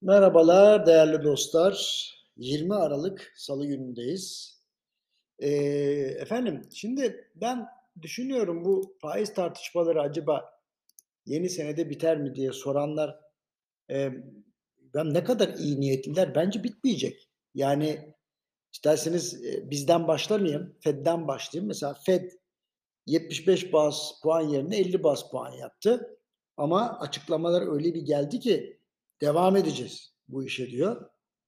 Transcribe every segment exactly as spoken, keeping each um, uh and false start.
Merhabalar değerli dostlar. yirmi Aralık Salı günündeyiz. Eee, efendim, şimdi ben düşünüyorum bu faiz tartışmaları acaba yeni senede biter mi diye soranlar, emm, ben ne kadar iyi niyetliler, bence bitmeyecek. Yani isterseniz, eee, bizden başlamayayım, Fed'den başlayayım. Mesela Fed yetmiş beş baz puan yerine elli baz puan yaptı ama açıklamalar öyle bir geldi ki devam edeceğiz bu işe diyor.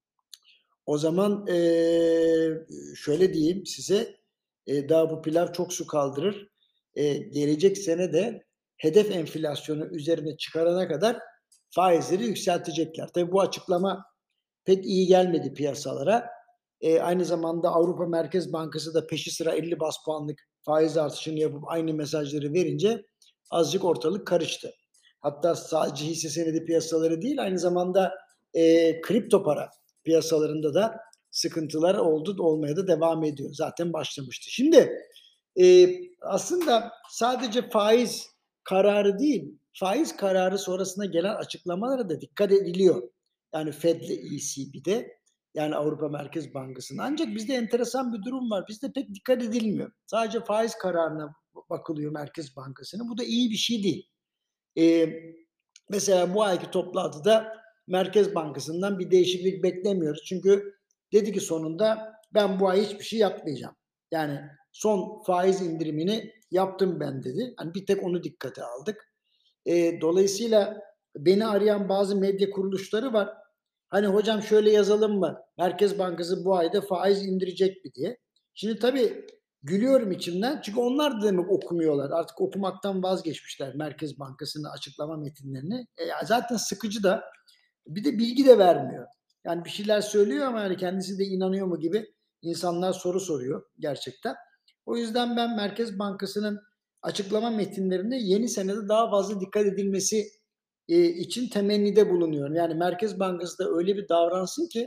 O zaman, eee, şöyle diyeyim size, eee, daha bu pilav çok su kaldırır. Eee, gelecek sene de hedef enflasyonu üzerine çıkarana kadar faizleri yükseltecekler. Tabii bu açıklama pek iyi gelmedi piyasalara. Eee, aynı zamanda Avrupa Merkez Bankası da peşi sıra elli baz puanlık faiz artışını yapıp aynı mesajları verince azıcık ortalık karıştı. Hatta sadece hisse senedi piyasaları değil, aynı zamanda, eee, kripto para piyasalarında da sıkıntılar oldu, olmaya da devam ediyor. Zaten başlamıştı. Şimdi, eee, aslında sadece faiz kararı değil, faiz kararı sonrasında gelen açıklamalara da dikkat ediliyor. Yani Fed'le E C B'de, yani Avrupa Merkez Bankası'nda. Ancak bizde enteresan bir durum var. Bizde pek dikkat edilmiyor. Sadece faiz kararına bakılıyor Merkez Bankası'nın. Bu da iyi bir şey değil. Eee, mesela bu ayki toplantıda Merkez Bankası'ndan bir değişiklik beklemiyoruz. Çünkü dedi ki sonunda ben bu ay hiçbir şey yapmayacağım. Yani son faiz indirimini yaptım ben dedi. Hani bir tek onu dikkate aldık. Eee, dolayısıyla beni arayan bazı medya kuruluşları var. Hani hocam şöyle yazalım mı? Merkez Bankası bu ayda faiz indirecek mi diye. Şimdi tabii gülüyorum içimden çünkü onlar da demek okumuyorlar. Artık okumaktan vazgeçmişler Merkez Bankası'nın açıklama metinlerini. E, ya zaten sıkıcı da bir de bilgi de vermiyor. Yani bir şeyler söylüyor ama yani kendisi de inanıyor mu gibi insanlar soru soruyor gerçekten. O yüzden ben Merkez Bankası'nın açıklama metinlerine yeni senede daha fazla dikkat edilmesi e, için temennide bulunuyorum. Yani Merkez Bankası da öyle bir davransın ki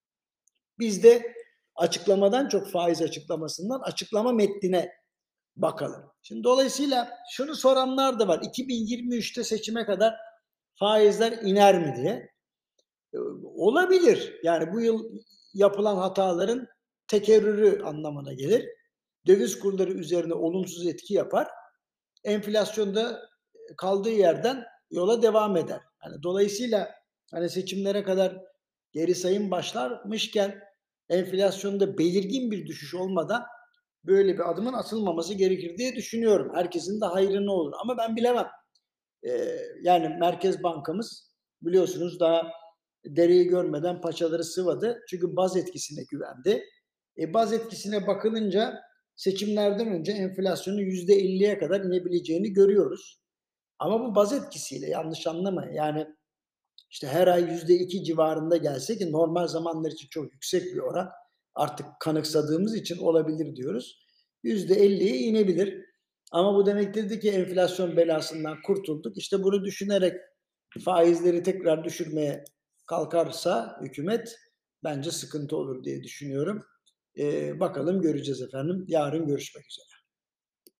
biz de açıklamadan çok faiz açıklamasından açıklama metnine bakalım. Şimdi dolayısıyla şunu soranlar da var. iki bin yirmi üçte seçime kadar faizler iner mi diye. E, olabilir. Yani bu yıl yapılan hataların tekerrürü anlamına gelir. Döviz kurları üzerine olumsuz etki yapar. Enflasyon da kaldığı yerden yola devam eder. Yani dolayısıyla hani seçimlere kadar geri sayım başlarmışken enflasyonda belirgin bir düşüş olmadan böyle bir adımın atılmaması gerekir diye düşünüyorum. Herkesin de hayrına olur ama ben bilemem. Ee, yani Merkez Bankamız biliyorsunuz daha dereyi görmeden paçaları sıvadı. Çünkü baz etkisine güvendi. E, baz etkisine bakılınca seçimlerden önce enflasyonun yüzde elliye kadar inebileceğini görüyoruz. Ama bu baz etkisiyle yanlış anlamayın. Yani işte her ay yüzde iki civarında gelse ki normal zamanlar için çok yüksek bir oran. Artık kanıksadığımız için olabilir diyoruz. yüzde elliye inebilir. Ama bu demek dedi ki enflasyon belasından kurtulduk. İşte bunu düşünerek faizleri tekrar düşürmeye kalkarsa hükümet bence sıkıntı olur diye düşünüyorum. Ee, bakalım göreceğiz efendim. Yarın görüşmek üzere.